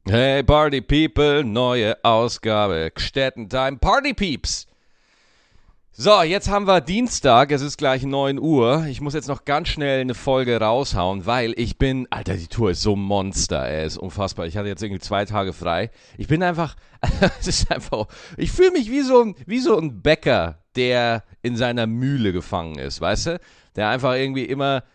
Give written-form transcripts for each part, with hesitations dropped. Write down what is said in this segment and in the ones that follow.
Hey Party People, neue Ausgabe, Gstettentime Party Peeps. So, jetzt haben wir Dienstag, es ist gleich 9 Uhr. Ich muss jetzt noch ganz schnell eine Folge raushauen, weil Alter, die Tour ist so ein Monster, ey, ist unfassbar. Ich hatte jetzt irgendwie 2 Tage frei. Ich bin einfach, es ist einfach, ich fühle mich wie so ein Bäcker, der in seiner Mühle gefangen ist, weißt du? Der einfach irgendwie immer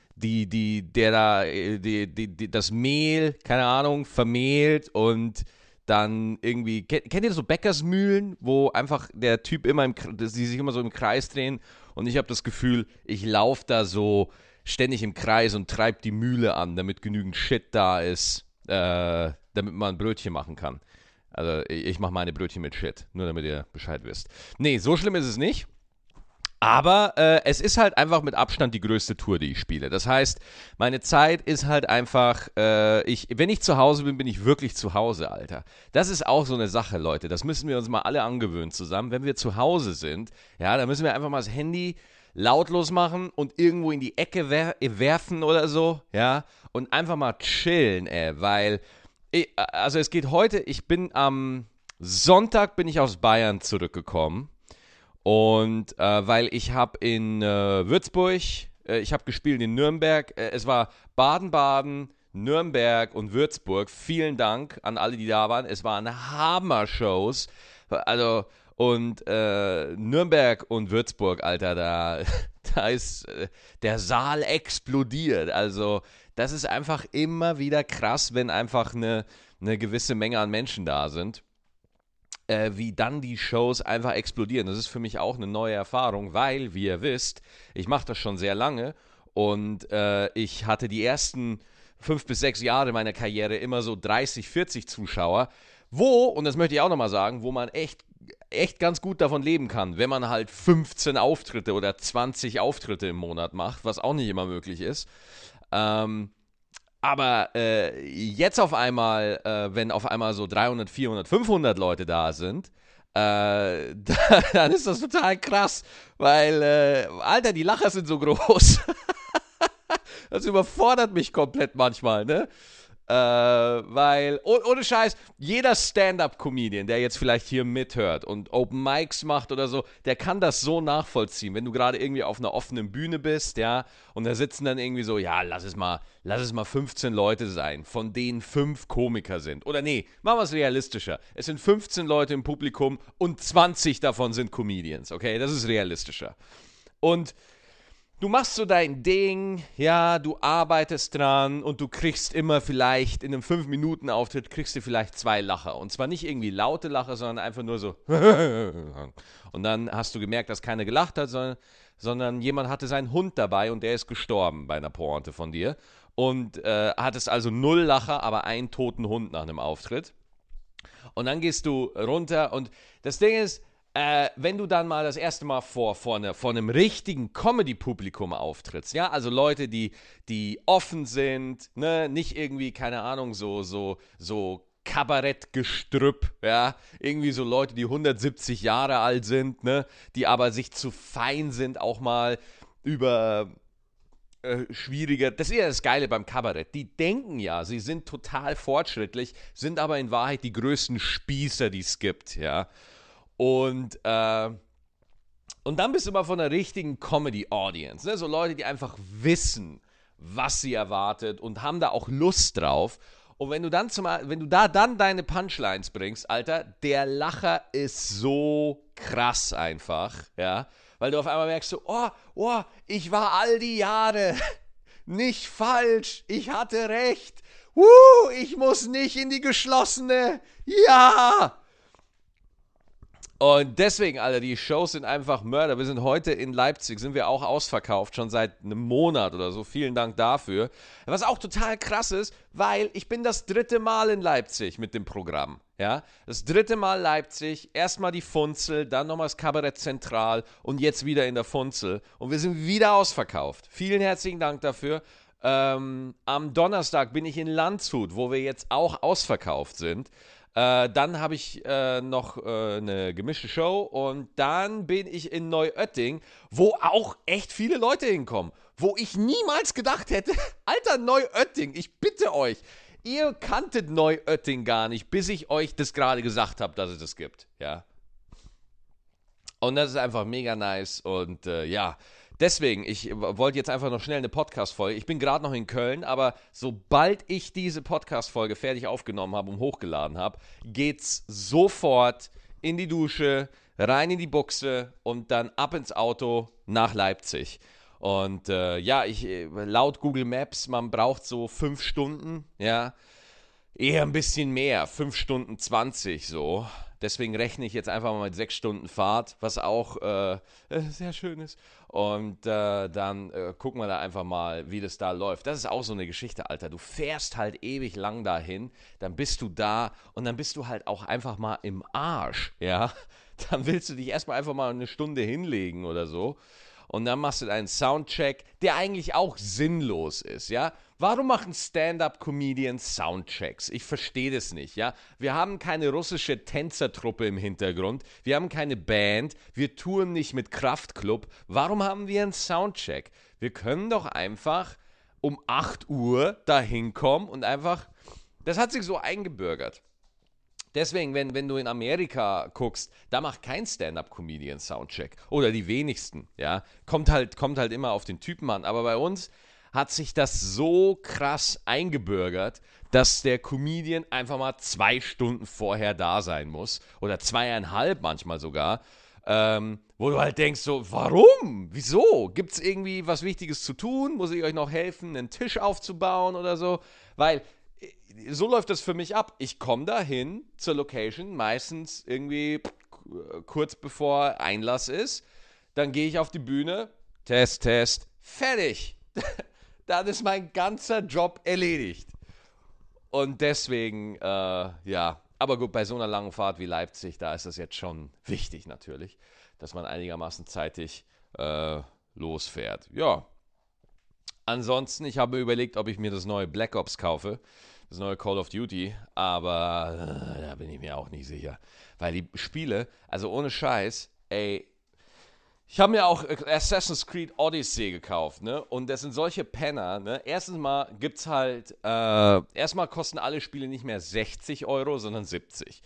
das Mehl, keine Ahnung, vermehlt und dann irgendwie, kennt ihr so Bäckersmühlen, wo einfach der Typ immer die sich immer so im Kreis drehen und ich habe das Gefühl, ich laufe da so ständig im Kreis und treibe die Mühle an, damit genügend Shit da ist, damit man ein Brötchen machen kann. Also ich mache meine Brötchen mit Shit, nur damit ihr Bescheid wisst. Nee, so schlimm ist es nicht. Aber es ist halt einfach mit Abstand die größte Tour, die ich spiele. Das heißt, meine Zeit ist halt einfach, wenn ich zu Hause bin, bin ich wirklich zu Hause, Alter. Das ist auch so eine Sache, Leute. Das müssen wir uns mal alle angewöhnen zusammen. Wenn wir zu Hause sind, ja, dann müssen wir einfach mal das Handy lautlos machen und irgendwo in die Ecke werfen oder so, ja, und einfach mal chillen, weil, also es geht heute, ich bin am Sonntag bin ich aus Bayern zurückgekommen. Und weil ich habe in Würzburg, ich habe gespielt in Nürnberg, es war Baden-Baden, Nürnberg und Würzburg. Vielen Dank an alle, die da waren. Es waren Hammer-Shows. Also, und Nürnberg und Würzburg, Alter, da ist der Saal explodiert. Also, das ist einfach immer wieder krass, wenn einfach eine gewisse Menge an Menschen da sind, wie dann die Shows einfach explodieren. Das ist für mich auch eine neue Erfahrung, weil, wie ihr wisst, ich mache das schon sehr lange und ich hatte die ersten 5 bis 6 Jahre meiner Karriere immer so 30, 40 Zuschauer, und das möchte ich auch nochmal sagen, wo man echt ganz gut davon leben kann, wenn man halt 15 Auftritte oder 20 Auftritte im Monat macht, was auch nicht immer möglich ist. Aber jetzt auf einmal, wenn auf einmal so 300, 400, 500 Leute da sind, dann ist das total krass, weil, Alter, die Lacher sind so groß. Das überfordert mich komplett manchmal, ne? Weil, ohne Scheiß, jeder Stand-Up-Comedian, der jetzt vielleicht hier mithört und Open Mics macht oder so, der kann das so nachvollziehen. Wenn du gerade irgendwie auf einer offenen Bühne bist, ja, und da sitzen dann irgendwie so, ja, lass es mal 15 Leute sein, von denen 5 Komiker sind. Oder nee, machen wir es realistischer. Es sind 15 Leute im Publikum und 20 davon sind Comedians, okay? Das ist realistischer. Und du machst so dein Ding, ja, du arbeitest dran und du kriegst immer vielleicht in einem 5-Minuten-Auftritt kriegst du vielleicht 2 Lacher. Und zwar nicht irgendwie laute Lacher, sondern einfach nur so. Und dann hast du gemerkt, dass keiner gelacht hat, sondern jemand hatte seinen Hund dabei und der ist gestorben bei einer Pointe von dir. Und hattest also 0 Lacher, aber einen toten Hund nach einem Auftritt. Und dann gehst du runter und das Ding ist, wenn du dann mal das erste Mal vor einem richtigen Comedy-Publikum auftrittst, ja, also Leute, die offen sind, ne, nicht irgendwie, keine Ahnung, so Kabarettgestrüpp, ja, irgendwie so Leute, die 170 Jahre alt sind, ne, die aber sich zu fein sind, auch mal über schwieriger. Das ist ja das Geile beim Kabarett. Die denken ja, sie sind total fortschrittlich, sind aber in Wahrheit die größten Spießer, die es gibt, ja. Und, äh, und dann bist du mal von einer richtigen Comedy-Audience. Ne? So Leute, die einfach wissen, was sie erwartet und haben da auch Lust drauf. Und wenn du da dann deine Punchlines bringst, Alter, der Lacher ist so krass einfach, ja. Weil du auf einmal merkst so, ich war all die Jahre nicht falsch, ich hatte recht. Ich muss nicht in die geschlossene. Ja! Und deswegen, Alter, die Shows sind einfach Mörder. Wir sind heute in Leipzig, sind wir auch ausverkauft, schon seit einem Monat oder so. Vielen Dank dafür. Was auch total krass ist, weil ich bin das 3. Mal in Leipzig mit dem Programm. Ja, das 3. Mal Leipzig, erstmal die Funzel, dann nochmal das Kabarett Zentral und jetzt wieder in der Funzel. Und wir sind wieder ausverkauft. Vielen herzlichen Dank dafür. Am Donnerstag bin ich in Landshut, wo wir jetzt auch ausverkauft sind. Dann habe ich noch eine gemischte Show und dann bin ich in Neuötting, wo auch echt viele Leute hinkommen. Wo ich niemals gedacht hätte, Alter, Neuötting, ich bitte euch. Ihr kanntet Neuötting gar nicht, bis ich euch das gerade gesagt habe, dass es das gibt, ja. Und das ist einfach mega nice und ja, deswegen, ich wollte jetzt einfach noch schnell eine Podcast-Folge. Ich bin gerade noch in Köln, aber sobald ich diese Podcast-Folge fertig aufgenommen habe und hochgeladen habe, geht's sofort in die Dusche, rein in die Buchse und dann ab ins Auto nach Leipzig. Und ja, laut Google Maps, man braucht so 5 Stunden, ja. Eher ein bisschen mehr, 5 Stunden 20 so. Deswegen rechne ich jetzt einfach mal mit 6 Stunden Fahrt, was auch sehr schön ist. Und dann gucken wir da einfach mal, wie das da läuft. Das ist auch so eine Geschichte, Alter. Du fährst halt ewig lang dahin, dann bist du da und dann bist du halt auch einfach mal im Arsch, ja. Dann willst du dich erstmal einfach mal eine Stunde hinlegen oder so. Und dann machst du deinen Soundcheck, der eigentlich auch sinnlos ist, ja? Warum machen Stand-Up-Comedians Soundchecks? Ich verstehe das nicht, ja? Wir haben keine russische Tänzertruppe im Hintergrund, wir haben keine Band, wir touren nicht mit Kraftklub. Warum haben wir einen Soundcheck? Wir können doch einfach um 8 Uhr da hinkommen und einfach, das hat sich so eingebürgert. Deswegen, wenn du in Amerika guckst, da macht kein Stand-Up-Comedian Soundcheck. Oder die wenigsten, ja. Kommt halt immer auf den Typen an. Aber bei uns hat sich das so krass eingebürgert, dass der Comedian einfach mal 2 Stunden vorher da sein muss. Oder 2,5 manchmal sogar. Wo du halt denkst so, warum? Wieso? Gibt es irgendwie was Wichtiges zu tun? Muss ich euch noch helfen, einen Tisch aufzubauen oder so? Weil so läuft das für mich ab. Ich komme da hin zur Location, meistens irgendwie kurz bevor Einlass ist. Dann gehe ich auf die Bühne, Test, fertig. Dann ist mein ganzer Job erledigt. Und deswegen, ja. Aber gut, bei so einer langen Fahrt wie Leipzig, da ist das jetzt schon wichtig natürlich, dass man einigermaßen zeitig losfährt. Ja. Ansonsten, ich habe mir überlegt, ob ich mir das neue Black Ops kaufe. Das neue Call of Duty, aber da bin ich mir auch nicht sicher. Weil die Spiele, also ohne Scheiß, ey, ich habe mir auch Assassin's Creed Odyssey gekauft, ne? Und das sind solche Penner, ne? Erstens mal gibt's halt, erstmal kosten alle Spiele nicht mehr 60 Euro, sondern 70.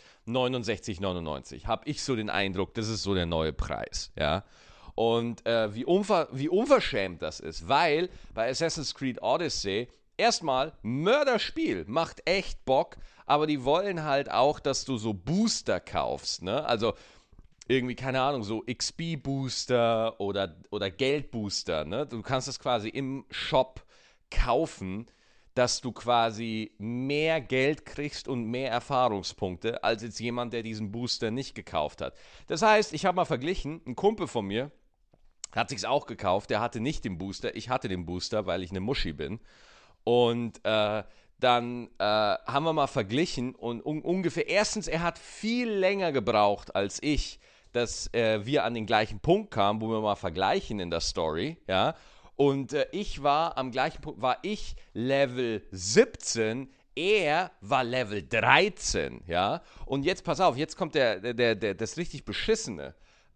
69,99. Hab ich so den Eindruck, das ist so der neue Preis, ja? Und wie unverschämt das ist, weil bei Assassin's Creed Odyssey erstmal, Mörderspiel, macht echt Bock, aber die wollen halt auch, dass du so Booster kaufst, ne? Also irgendwie, keine Ahnung, so XP-Booster oder Geld-Booster, ne? Du kannst das quasi im Shop kaufen, dass du quasi mehr Geld kriegst und mehr Erfahrungspunkte, als jetzt jemand, der diesen Booster nicht gekauft hat. Das heißt, ich habe mal verglichen, ein Kumpel von mir hat sich's auch gekauft, der hatte nicht den Booster, ich hatte den Booster, weil ich eine Muschi bin. Und dann haben wir mal verglichen und ungefähr, erstens, er hat viel länger gebraucht als ich, dass wir an den gleichen Punkt kamen, wo wir mal vergleichen in der Story, ja. Und ich war am gleichen Punkt, war ich Level 17, er war Level 13, ja. Und jetzt, pass auf, jetzt kommt das richtig Beschissene.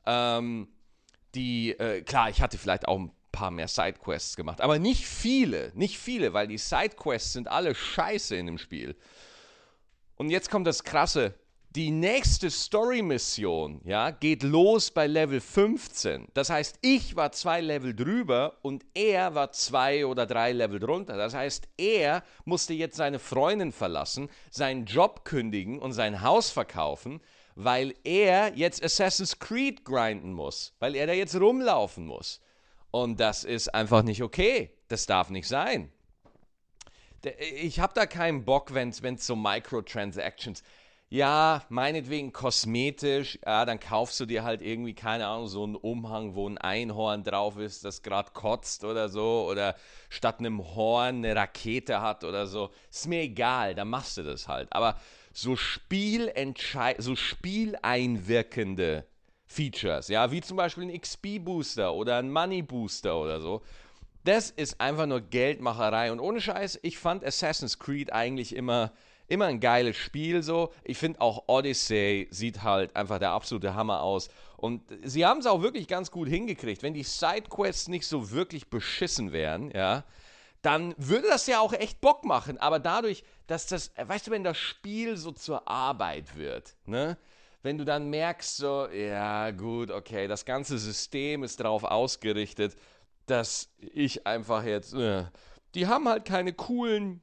Klar, ich hatte vielleicht auch ein paar mehr Sidequests gemacht, aber nicht viele, weil die Sidequests sind alle scheiße in dem Spiel. Und jetzt kommt das Krasse. Die nächste Story-Mission, ja, geht los bei Level 15. Das heißt, ich war 2 Level drüber und er war 2 oder 3 Level drunter. Das heißt, er musste jetzt seine Freundin verlassen, seinen Job kündigen und sein Haus verkaufen, weil er jetzt Assassin's Creed grinden muss, weil er da jetzt rumlaufen muss. Und das ist einfach nicht okay. Das darf nicht sein. Ich habe da keinen Bock, wenn es so Microtransactions, ja, meinetwegen kosmetisch, ja, dann kaufst du dir halt irgendwie, keine Ahnung, so einen Umhang, wo ein Einhorn drauf ist, das gerade kotzt oder so, oder statt einem Horn eine Rakete hat oder so. Ist mir egal, dann machst du das halt. Aber so spieleinwirkende Features, ja, wie zum Beispiel ein XP-Booster oder ein Money-Booster oder so, das ist einfach nur Geldmacherei. Und ohne Scheiß, ich fand Assassin's Creed eigentlich immer ein geiles Spiel so. Ich finde auch Odyssey sieht halt einfach der absolute Hammer aus. Und sie haben es auch wirklich ganz gut hingekriegt. Wenn die Sidequests nicht so wirklich beschissen wären, ja, dann würde das ja auch echt Bock machen. Aber dadurch, dass das, weißt du, wenn das Spiel so zur Arbeit wird, ne? Wenn du dann merkst, so, ja gut, okay, das ganze System ist darauf ausgerichtet, dass ich einfach jetzt, die haben halt keine coolen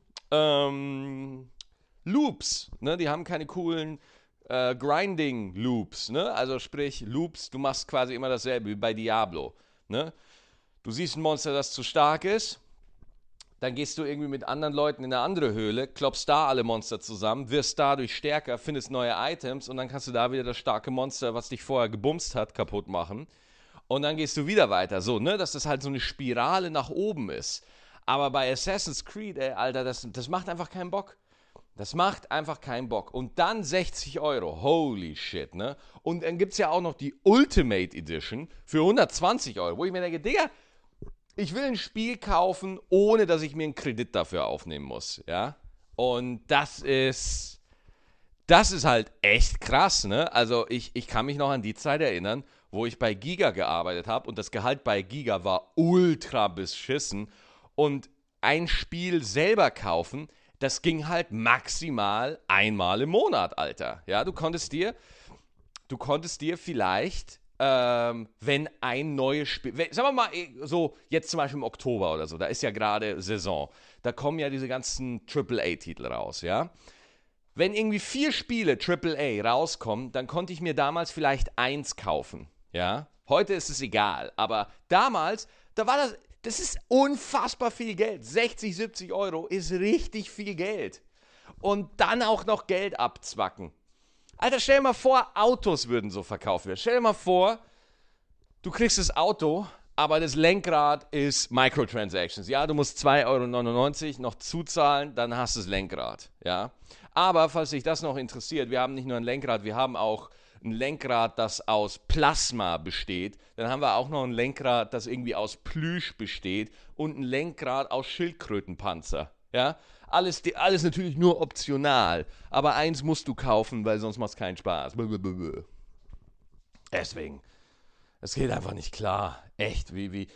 Loops, ne? Die haben keine coolen Grinding-Loops, ne? Also sprich, Loops, du machst quasi immer dasselbe wie bei Diablo, ne? Du siehst ein Monster, das zu stark ist, dann gehst du irgendwie mit anderen Leuten in eine andere Höhle, klopfst da alle Monster zusammen, wirst dadurch stärker, findest neue Items und dann kannst du da wieder das starke Monster, was dich vorher gebumst hat, kaputt machen. Und dann gehst du wieder weiter. So, ne, dass das halt so eine Spirale nach oben ist. Aber bei Assassin's Creed, ey, Alter, das macht einfach keinen Bock. Das macht einfach keinen Bock. Und dann 60 Euro. Holy shit, ne? Und dann gibt es ja auch noch die Ultimate Edition für 120 Euro, wo ich mir denke, Digga, ich will ein Spiel kaufen, ohne dass ich mir einen Kredit dafür aufnehmen muss, ja? Und das ist halt echt krass, ne? Also ich kann mich noch an die Zeit erinnern, wo ich bei Giga gearbeitet habe und das Gehalt bei Giga war ultra beschissen und ein Spiel selber kaufen, das ging halt maximal einmal im Monat, Alter. Ja, du konntest dir vielleicht, wenn ein neues Spiel, sagen wir mal so, jetzt zum Beispiel im Oktober oder so, da ist ja gerade Saison, da kommen ja diese ganzen AAA-Titel raus, ja. Wenn irgendwie 4 Spiele AAA rauskommen, dann konnte ich mir damals vielleicht 1 kaufen, ja. Heute ist es egal, aber damals, da war das ist unfassbar viel Geld. 60, 70 Euro ist richtig viel Geld. Und dann auch noch Geld abzwacken. Alter, stell dir mal vor, Autos würden so verkauft werden. Stell dir mal vor, du kriegst das Auto, aber das Lenkrad ist Microtransactions. Ja, du musst 2,99 Euro noch zuzahlen, dann hast du das Lenkrad. Ja, aber falls dich das noch interessiert, wir haben nicht nur ein Lenkrad, wir haben auch ein Lenkrad, das aus Plasma besteht. Dann haben wir auch noch ein Lenkrad, das irgendwie aus Plüsch besteht und ein Lenkrad aus Schildkrötenpanzer. Ja, alles natürlich nur optional. Aber eins musst du kaufen, weil sonst macht es keinen Spaß. Deswegen, es geht einfach nicht klar. Echt,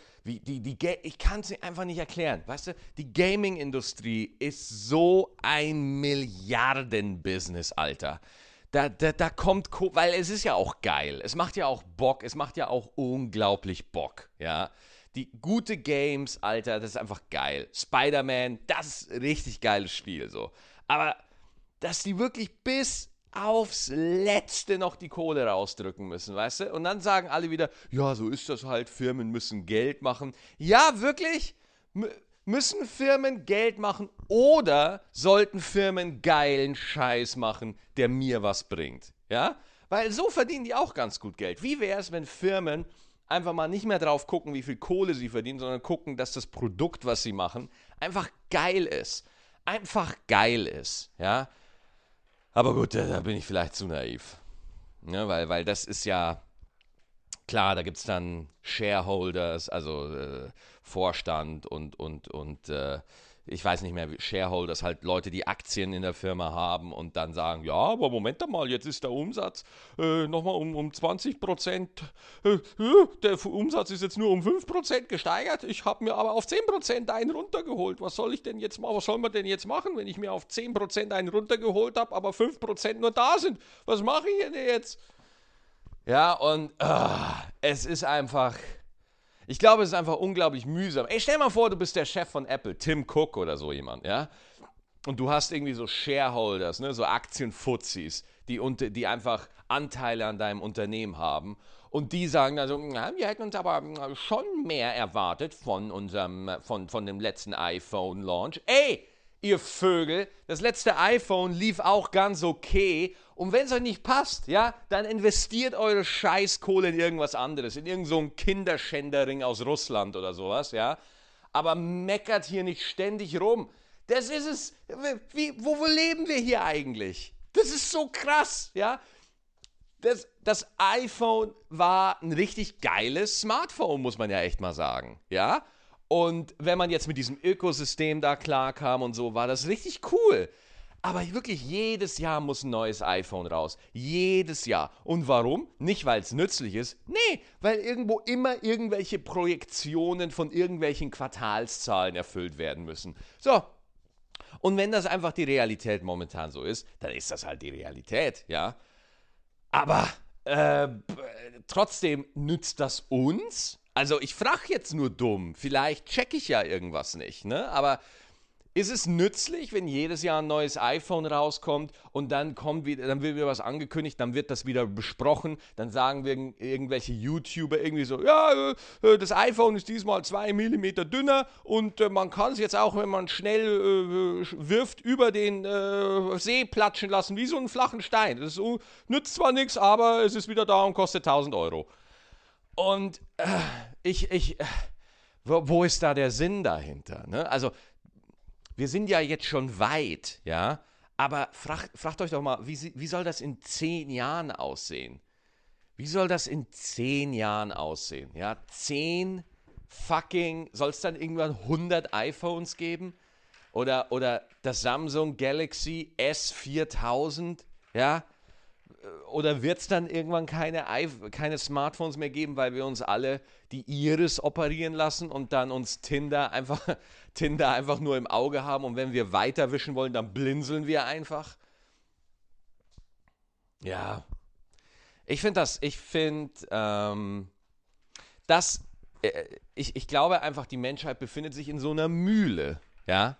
ich kann es einfach nicht erklären. Weißt du, die Gaming-Industrie ist so ein Milliarden-Business, Alter. Da kommt, weil es ist ja auch geil. Es macht ja auch Bock. Es macht ja auch unglaublich Bock, ja. Die gute Games, Alter, das ist einfach geil. Spider-Man, das ist ein richtig geiles Spiel, so. Aber, dass die wirklich bis aufs Letzte noch die Kohle rausdrücken müssen, weißt du? Und dann sagen alle wieder, ja, so ist das halt, Firmen müssen Geld machen. Ja, wirklich? Müssen Firmen Geld machen oder sollten Firmen geilen Scheiß machen, der mir was bringt? Ja? Weil so verdienen die auch ganz gut Geld. Wie wäre es, wenn Firmen einfach mal nicht mehr drauf gucken, wie viel Kohle sie verdienen, sondern gucken, dass das Produkt, was sie machen, einfach geil ist. Einfach geil ist, ja? Aber gut, da bin ich vielleicht zu naiv. Ja, weil das ist ja, klar, da gibt es dann Shareholders, also Vorstand und ich weiß nicht mehr, Shareholders, halt Leute, die Aktien in der Firma haben und dann sagen, ja, aber Moment mal, jetzt ist der Umsatz nochmal um 20%, der Umsatz ist jetzt nur um 5% gesteigert, ich habe mir aber auf 10% einen runtergeholt, was soll man denn jetzt machen, wenn ich mir auf 10% einen runtergeholt habe, aber 5% nur da sind, was mache ich denn jetzt? Ja, und es ist einfach, ich glaube, es ist einfach unglaublich mühsam. Ey, stell mal vor, du bist der Chef von Apple, Tim Cook oder so jemand, ja? Und du hast irgendwie so Shareholders, ne, so Aktienfuzis, die einfach Anteile an deinem Unternehmen haben. Und die sagen also, wir hätten uns aber schon mehr erwartet von dem letzten iPhone-Launch. Ey, ihr Vögel, das letzte iPhone lief auch ganz okay. Und wenn es euch nicht passt, ja, dann investiert eure Scheißkohle in irgendwas anderes, in irgend so einen Kinderschändering aus Russland oder sowas, ja. Aber meckert hier nicht ständig rum. Das ist es. Wo leben wir hier eigentlich? Das ist so krass, ja. Das iPhone war ein richtig geiles Smartphone, muss man ja echt mal sagen, ja. Und wenn man jetzt mit diesem Ökosystem da klarkam und so, war das richtig cool. Aber wirklich jedes Jahr muss ein neues iPhone raus. Jedes Jahr. Und warum? Nicht, weil es nützlich ist. Nee, weil irgendwo immer irgendwelche Projektionen von irgendwelchen Quartalszahlen erfüllt werden müssen. So. Und wenn das einfach die Realität momentan so ist, dann ist das halt die Realität, ja. Aber trotzdem nützt das uns? Also ich frage jetzt nur dumm. Vielleicht checke ich ja irgendwas nicht, ne? Aber ist es nützlich, wenn jedes Jahr ein neues iPhone rauskommt und dann dann wird wieder was angekündigt, dann wird das wieder besprochen, dann sagen wir irgendwelche YouTuber irgendwie so, ja, das iPhone ist diesmal 2 Millimeter dünner und man kann es jetzt auch, wenn man schnell wirft, über den See platschen lassen, wie so einen flachen Stein. Das nützt zwar nichts, aber es ist wieder da und kostet 1.000 Euro. Und wo ist da der Sinn dahinter? Ne? Also wir sind ja jetzt schon weit, ja, aber fragt euch doch mal, wie soll das in 10 Jahren aussehen? Wie soll das in 10 Jahren aussehen? Ja, 10 fucking, soll es dann irgendwann 100 iPhones geben? Oder das Samsung Galaxy S4000, ja? Oder wird es dann irgendwann keine Smartphones mehr geben, weil wir uns alle die Iris operieren lassen und dann uns Tinder einfach nur im Auge haben und wenn wir weiterwischen wollen, dann blinzeln wir einfach? Ja, das, ich glaube einfach, die Menschheit befindet sich in so einer Mühle, ja.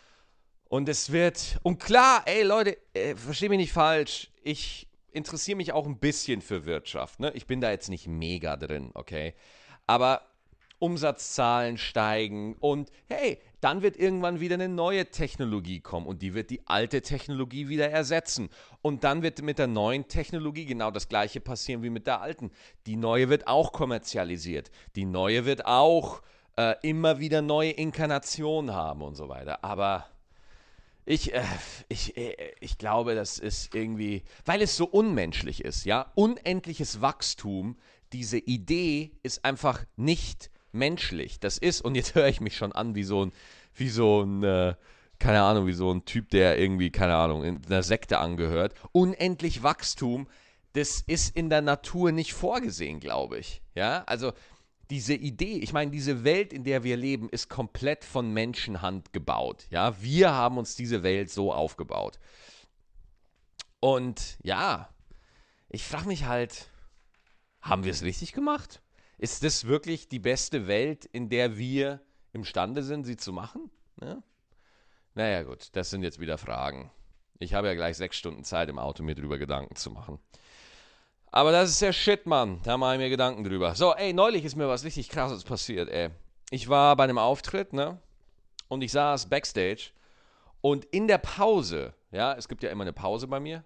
Und klar, ey Leute, versteht mich nicht falsch, ich interessiere mich auch ein bisschen für Wirtschaft, ne? Ich bin da jetzt nicht mega drin, okay? Aber Umsatzzahlen steigen und hey, dann wird irgendwann wieder eine neue Technologie kommen und die wird die alte Technologie wieder ersetzen. Und dann wird mit der neuen Technologie genau das gleiche passieren wie mit der alten. Die neue wird auch kommerzialisiert. Die neue wird auch immer wieder neue Inkarnationen haben und so weiter. Aber ich glaube, das ist irgendwie, weil es so unmenschlich ist, ja, unendliches Wachstum, diese Idee ist einfach nicht menschlich. Das ist, und jetzt höre ich mich schon an keine Ahnung, wie so ein Typ, der irgendwie, keine Ahnung, in einer Sekte angehört. Unendlich Wachstum, das ist in der Natur nicht vorgesehen, glaube ich. Ja, also diese Idee, ich meine, diese Welt, in der wir leben, ist komplett von Menschenhand gebaut. Ja, wir haben uns diese Welt so aufgebaut. Und ja, ich frage mich halt, haben wir es richtig gemacht? Ist das wirklich die beste Welt, in der wir imstande sind, sie zu machen? Ja? Naja, gut, das sind jetzt wieder Fragen. Ich habe ja gleich 6 Stunden Zeit im Auto, mir drüber Gedanken zu machen. Aber das ist der Shit, Mann. Da mache ich mir Gedanken drüber. So, ey, neulich ist mir was richtig Krasses passiert, ey. Ich war bei einem Auftritt, ne? Und ich saß Backstage. Und in der Pause, ja, es gibt ja immer eine Pause bei mir.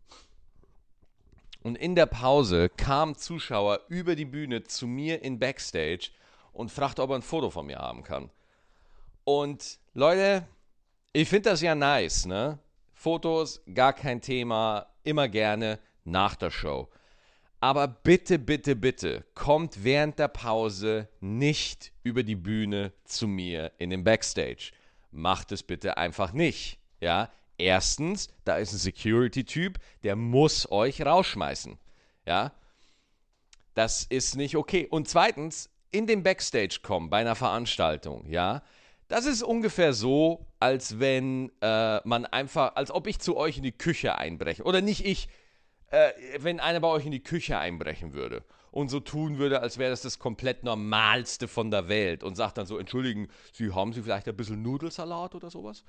Und in der Pause kam ein Zuschauer über die Bühne zu mir in Backstage und fragte, ob er ein Foto von mir haben kann. Und Leute, ich finde das ja nice, ne? Fotos, gar kein Thema, immer gerne nach der Show. Aber bitte, bitte, bitte, kommt während der Pause nicht über die Bühne zu mir in den Backstage. Macht es bitte einfach nicht, ja? Erstens, da ist ein Security-Typ, der muss euch rausschmeißen, ja? Das ist nicht okay. Und zweitens, in den Backstage kommen bei einer Veranstaltung, ja? Das ist ungefähr so, als wenn als ob ich zu euch in die Küche einbreche. Oder nicht ich, wenn einer bei euch in die Küche einbrechen würde und so tun würde, als wäre das komplett Normalste von der Welt und sagt dann so, entschuldigen, haben Sie vielleicht ein bisschen Nudelsalat oder sowas?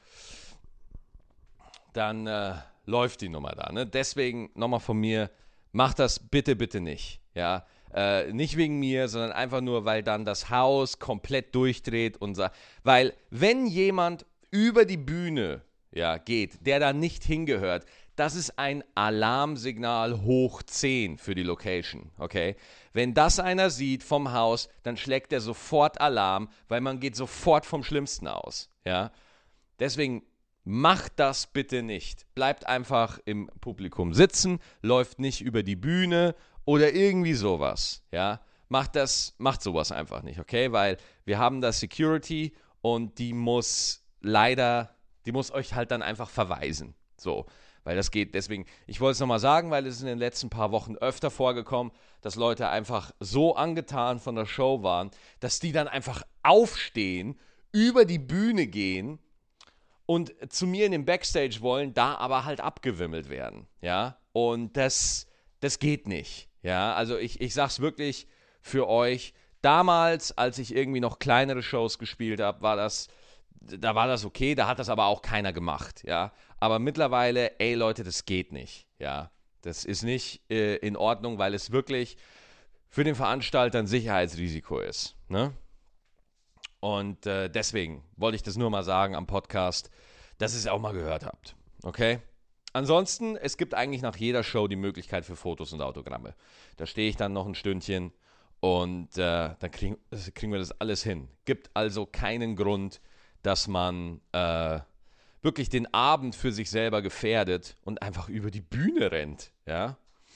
Dann läuft die Nummer da. Ne? Deswegen nochmal von mir, macht das bitte, bitte nicht. Ja? Nicht wegen mir, sondern einfach nur, weil dann das Haus komplett durchdreht weil wenn jemand über die Bühne geht, der da nicht hingehört, das ist ein Alarmsignal hoch 10 für die Location, okay? Wenn das einer sieht vom Haus, dann schlägt er sofort Alarm, weil man geht sofort vom Schlimmsten aus, ja? Deswegen macht das bitte nicht. Bleibt einfach im Publikum sitzen, läuft nicht über die Bühne oder irgendwie sowas, ja? Macht sowas einfach nicht, okay? Weil wir haben da Security und die muss euch halt dann einfach verweisen. So, weil das geht deswegen, ich wollte es nochmal sagen, weil es ist in den letzten paar Wochen öfter vorgekommen, dass Leute einfach so angetan von der Show waren, dass die dann einfach aufstehen, über die Bühne gehen und zu mir in den Backstage wollen, da aber halt abgewimmelt werden, ja, und das geht nicht, ja, also ich sag's wirklich für euch, damals, als ich irgendwie noch kleinere Shows gespielt habe, da war das okay, da hat das aber auch keiner gemacht, ja, aber mittlerweile, ey Leute, das geht nicht, ja, das ist nicht in Ordnung, weil es wirklich für den Veranstalter ein Sicherheitsrisiko ist, ne? Und deswegen wollte ich das nur mal sagen am Podcast, dass ihr es auch mal gehört habt. Okay? Ansonsten, es gibt eigentlich nach jeder Show die Möglichkeit für Fotos und Autogramme. Da stehe ich dann noch ein Stündchen und dann kriegen wir das alles hin. Gibt also keinen Grund, dass man wirklich den Abend für sich selber gefährdet und einfach über die Bühne rennt. Ja?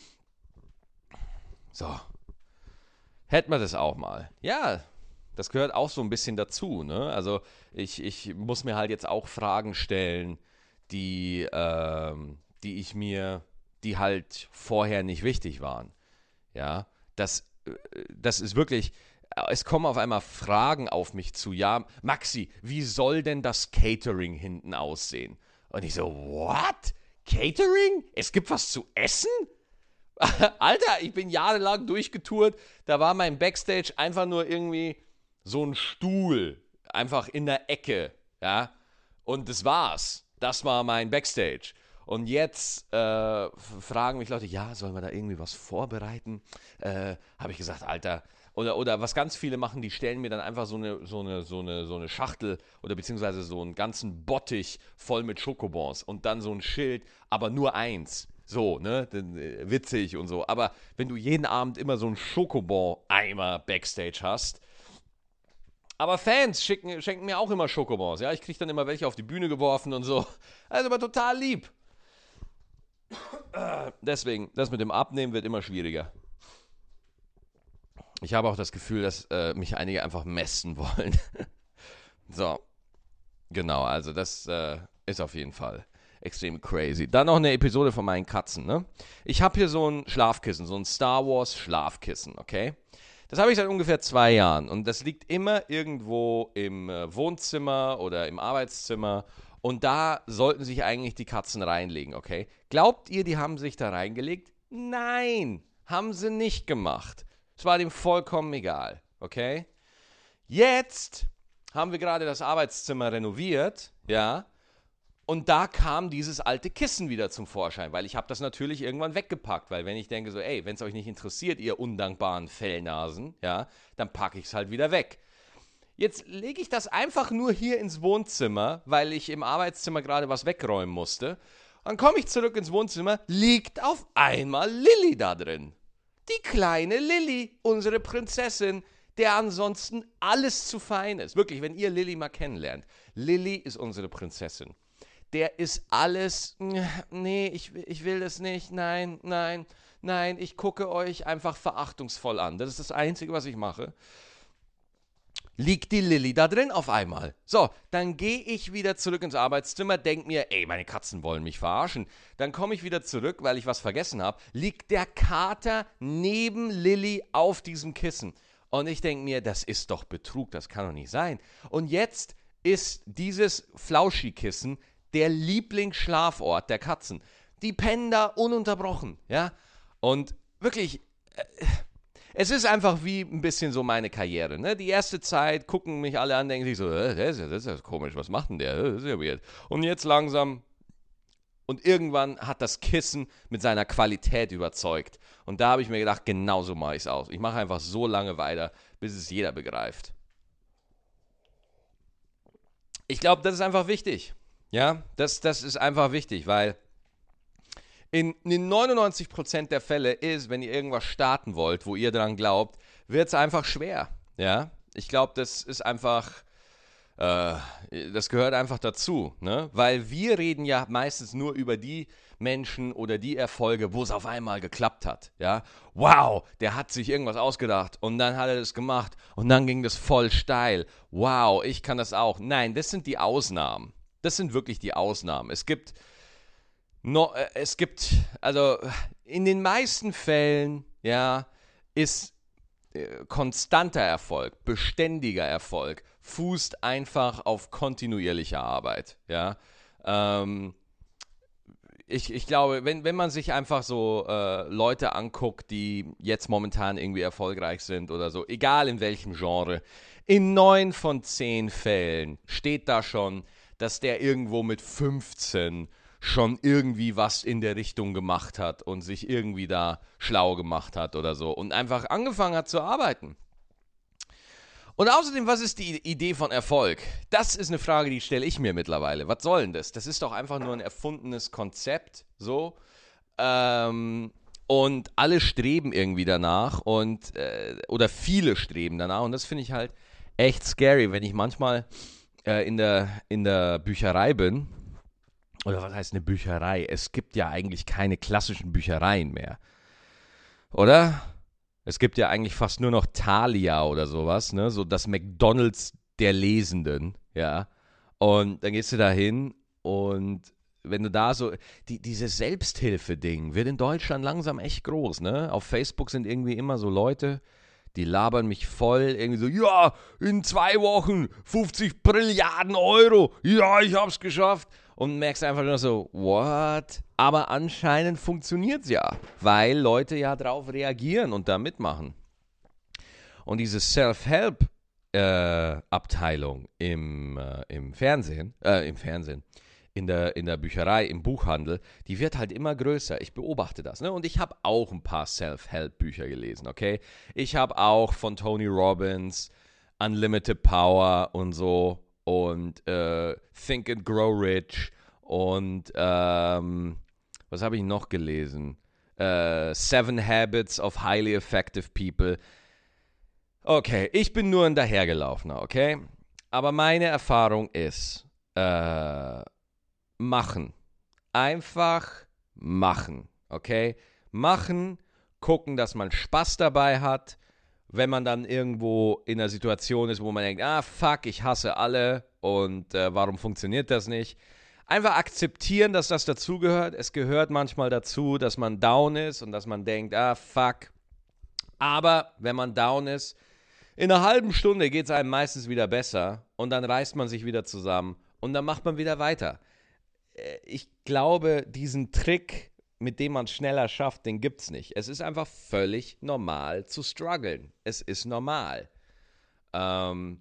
So. Hätten wir das auch mal. Ja, das gehört auch so ein bisschen dazu, ne? Also ich muss mir halt jetzt auch Fragen stellen, die halt vorher nicht wichtig waren. Ja, das ist wirklich, es kommen auf einmal Fragen auf mich zu. Ja, Maxi, wie soll denn das Catering hinten aussehen? Und ich so, what? Catering? Es gibt was zu essen? Alter, ich bin jahrelang durchgetourt, da war mein Backstage einfach nur irgendwie so ein Stuhl, einfach in der Ecke, ja, und das war's. Das war mein Backstage. Und jetzt fragen mich Leute, ja, sollen wir da irgendwie was vorbereiten? Habe ich gesagt, Alter, oder was ganz viele machen, die stellen mir dann einfach so eine Schachtel oder beziehungsweise so einen ganzen Bottich voll mit Schokobons und dann so ein Schild, aber nur eins. So, ne, witzig und so. Aber wenn du jeden Abend immer so einen Schokobon-Eimer Backstage hast, aber Fans schenken mir auch immer Schokobons, ja, ich kriege dann immer welche auf die Bühne geworfen und so. Also aber total lieb. Deswegen, das mit dem Abnehmen wird immer schwieriger. Ich habe auch das Gefühl, dass mich einige einfach messen wollen. So, genau, also das ist auf jeden Fall extrem crazy. Dann noch eine Episode von meinen Katzen, ne? Ich habe hier so ein Schlafkissen, so ein Star Wars Schlafkissen, okay? Das habe ich seit ungefähr 2 Jahren und das liegt immer irgendwo im Wohnzimmer oder im Arbeitszimmer und da sollten sich eigentlich die Katzen reinlegen, okay? Glaubt ihr, die haben sich da reingelegt? Nein, haben sie nicht gemacht. Es war dem vollkommen egal, okay? Jetzt haben wir gerade das Arbeitszimmer renoviert, ja, und da kam dieses alte Kissen wieder zum Vorschein, weil ich habe das natürlich irgendwann weggepackt, weil wenn ich denke so, ey, wenn es euch nicht interessiert, ihr undankbaren Fellnasen, ja, dann packe ich es halt wieder weg. Jetzt lege ich das einfach nur hier ins Wohnzimmer, weil ich im Arbeitszimmer gerade was wegräumen musste. Dann komme ich zurück ins Wohnzimmer, liegt auf einmal Lilly da drin. Die kleine Lilly, unsere Prinzessin, der ansonsten alles zu fein ist. Wirklich, wenn ihr Lilly mal kennenlernt. Lilly ist unsere Prinzessin. Der ist alles, nee, ich will das nicht, nein, nein, nein, ich gucke euch einfach verachtungsvoll an. Das ist das Einzige, was ich mache. Liegt die Lilly da drin auf einmal. So, dann gehe ich wieder zurück ins Arbeitszimmer, denke mir, ey, meine Katzen wollen mich verarschen. Dann komme ich wieder zurück, weil ich was vergessen habe, liegt der Kater neben Lilly auf diesem Kissen. Und ich denke mir, das ist doch Betrug, das kann doch nicht sein. Und jetzt ist dieses Flauschi-Kissen der Lieblingsschlafort der Katzen. Die pennen da ununterbrochen, ja. Und wirklich, es ist einfach wie ein bisschen so meine Karriere, ne? Die erste Zeit gucken mich alle an, denken sich so, das ist ja komisch, was macht denn der? Das ist ja weird. Und jetzt langsam, und irgendwann hat das Kissen mit seiner Qualität überzeugt. Und da habe ich mir gedacht, genauso mache ich es aus. Ich mache einfach so lange weiter, bis es jeder begreift. Ich glaube, das ist einfach wichtig. Ja, das ist einfach wichtig, weil in 99% der Fälle ist, wenn ihr irgendwas starten wollt, wo ihr dran glaubt, wird es einfach schwer. Ja, ich glaube, das ist einfach, das gehört einfach dazu, ne? Weil wir reden ja meistens nur über die Menschen oder die Erfolge, wo es auf einmal geklappt hat. Ja, wow, der hat sich irgendwas ausgedacht und dann hat er das gemacht und dann ging das voll steil. Wow, ich kann das auch. Nein, das sind die Ausnahmen. Das sind wirklich die Ausnahmen. Es gibt No, es gibt, also in den meisten Fällen, ja, ist konstanter Erfolg, beständiger Erfolg, fußt einfach auf kontinuierlicher Arbeit, ja. Ähm, ich glaube, wenn man sich einfach so Leute anguckt, die jetzt momentan irgendwie erfolgreich sind oder so, egal in welchem Genre, in 9 von 10 Fällen steht da schon, dass der irgendwo mit 15 schon irgendwie was in der Richtung gemacht hat und sich irgendwie da schlau gemacht hat oder so und einfach angefangen hat zu arbeiten. Und außerdem, was ist die Idee von Erfolg? Das ist eine Frage, die stelle ich mir mittlerweile. Was soll denn das? Das ist doch einfach nur ein erfundenes Konzept, so. Und alle streben irgendwie danach oder viele streben danach und das finde ich halt echt scary, wenn ich manchmal in der Bücherei bin. Oder was heißt eine Bücherei? Es gibt ja eigentlich keine klassischen Büchereien mehr, oder? Es gibt ja eigentlich fast nur noch Thalia oder sowas, ne? So das McDonald's der Lesenden, ja. Und dann gehst du da hin und wenn du da so, dieses Selbsthilfe-Ding wird in Deutschland langsam echt groß, ne? Auf Facebook sind irgendwie immer so Leute, die labern mich voll, irgendwie so, ja, in 2 Wochen 50 Brilliarden Euro, ja, ich hab's geschafft. Und merkst einfach nur so, what? Aber anscheinend funktioniert's ja, weil Leute ja drauf reagieren und da mitmachen. Und diese Self-Help-Abteilung im Fernsehen, in der Bücherei, im Buchhandel, die wird halt immer größer. Ich beobachte das. Ne? Und ich habe auch ein paar Self-Help-Bücher gelesen, okay? Ich habe auch von Tony Robbins Unlimited Power und so und Think and Grow Rich und was habe ich noch gelesen? 7 Habits of Highly Effective People. Okay, ich bin nur ein Dahergelaufener, okay? Aber meine Erfahrung ist, machen. Einfach machen, okay? Machen, gucken, dass man Spaß dabei hat. Wenn man dann irgendwo in einer Situation ist, wo man denkt, fuck, ich hasse alle und warum funktioniert das nicht? Einfach akzeptieren, dass das dazugehört. Es gehört manchmal dazu, dass man down ist und dass man denkt, fuck. Aber wenn man down ist, in einer halben Stunde geht es einem meistens wieder besser und dann reißt man sich wieder zusammen und dann macht man wieder weiter. Ich glaube, diesen Trick, mit dem man es schneller schafft, den gibt es nicht. Es ist einfach völlig normal zu strugglen. Es ist normal. Ähm,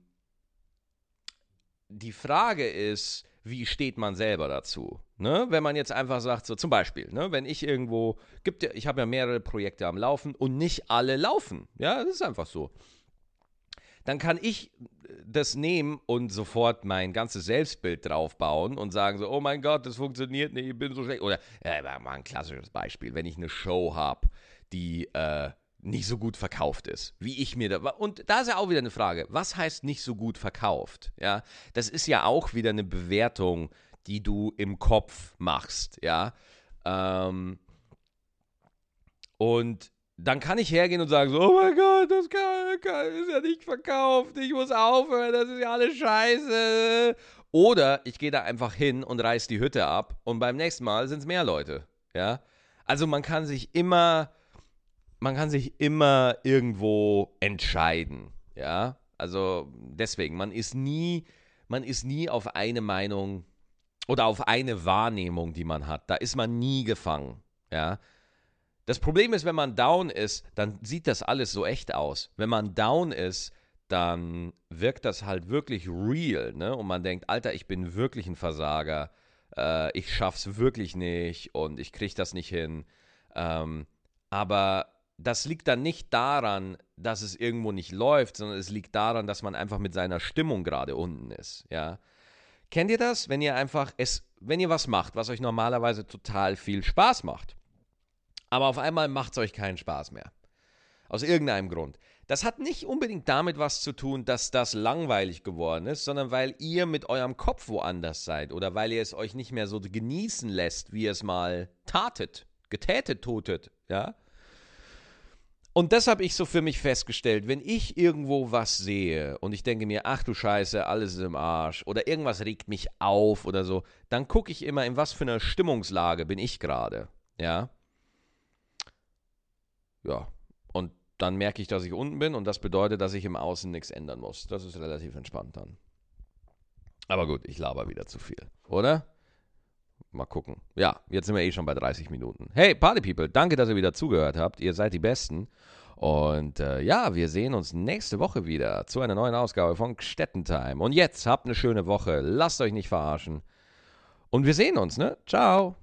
die Frage ist, wie steht man selber dazu? Ne? Wenn man jetzt einfach sagt, so zum Beispiel, ne, wenn ich irgendwo, ich habe ja mehrere Projekte am Laufen und nicht alle laufen. Ja, das ist einfach so. Dann kann ich das nehmen und sofort mein ganzes Selbstbild draufbauen und sagen so, oh mein Gott, das funktioniert nicht, ich bin so schlecht. Oder, mal ein klassisches Beispiel, wenn ich eine Show habe, die nicht so gut verkauft ist, wie ich mir da. Und da ist ja auch wieder eine Frage, was heißt nicht so gut verkauft? Ja, das ist ja auch wieder eine Bewertung, die du im Kopf machst, ja. Und dann kann ich hergehen und sagen so, oh mein Gott, das ist ja nicht verkauft, ich muss aufhören, das ist ja alles scheiße. Oder ich gehe da einfach hin und reiß die Hütte ab und beim nächsten Mal sind es mehr Leute, ja. Also man kann sich immer irgendwo entscheiden, ja. Also deswegen, man ist nie auf eine Meinung oder auf eine Wahrnehmung, die man hat. Da ist man nie gefangen, ja. Das Problem ist, wenn man down ist, dann sieht das alles so echt aus. Wenn man down ist, dann wirkt das halt wirklich real, ne? Und man denkt, Alter, ich bin wirklich ein Versager. Ich schaff's wirklich nicht und ich krieg das nicht hin. Aber das liegt dann nicht daran, dass es irgendwo nicht läuft, sondern es liegt daran, dass man einfach mit seiner Stimmung gerade unten ist, ja? Kennt ihr das? Wenn ihr was macht, was euch normalerweise total viel Spaß macht, aber auf einmal macht es euch keinen Spaß mehr. Aus irgendeinem Grund. Das hat nicht unbedingt damit was zu tun, dass das langweilig geworden ist, sondern weil ihr mit eurem Kopf woanders seid oder weil ihr es euch nicht mehr so genießen lässt, wie ihr es mal getätet totet, ja. Und das habe ich so für mich festgestellt, wenn ich irgendwo was sehe und ich denke mir, ach du Scheiße, alles ist im Arsch oder irgendwas regt mich auf oder so, dann gucke ich immer, in was für einer Stimmungslage bin ich gerade, ja. Ja, und dann merke ich, dass ich unten bin und das bedeutet, dass ich im Außen nichts ändern muss. Das ist relativ entspannt dann. Aber gut, ich laber wieder zu viel, oder? Mal gucken. Ja, jetzt sind wir eh schon bei 30 Minuten. Hey, Party People, danke, dass ihr wieder zugehört habt. Ihr seid die Besten. Und ja, wir sehen uns nächste Woche wieder zu einer neuen Ausgabe von Gstettentime. Und jetzt habt eine schöne Woche. Lasst euch nicht verarschen. Und wir sehen uns, ne? Ciao.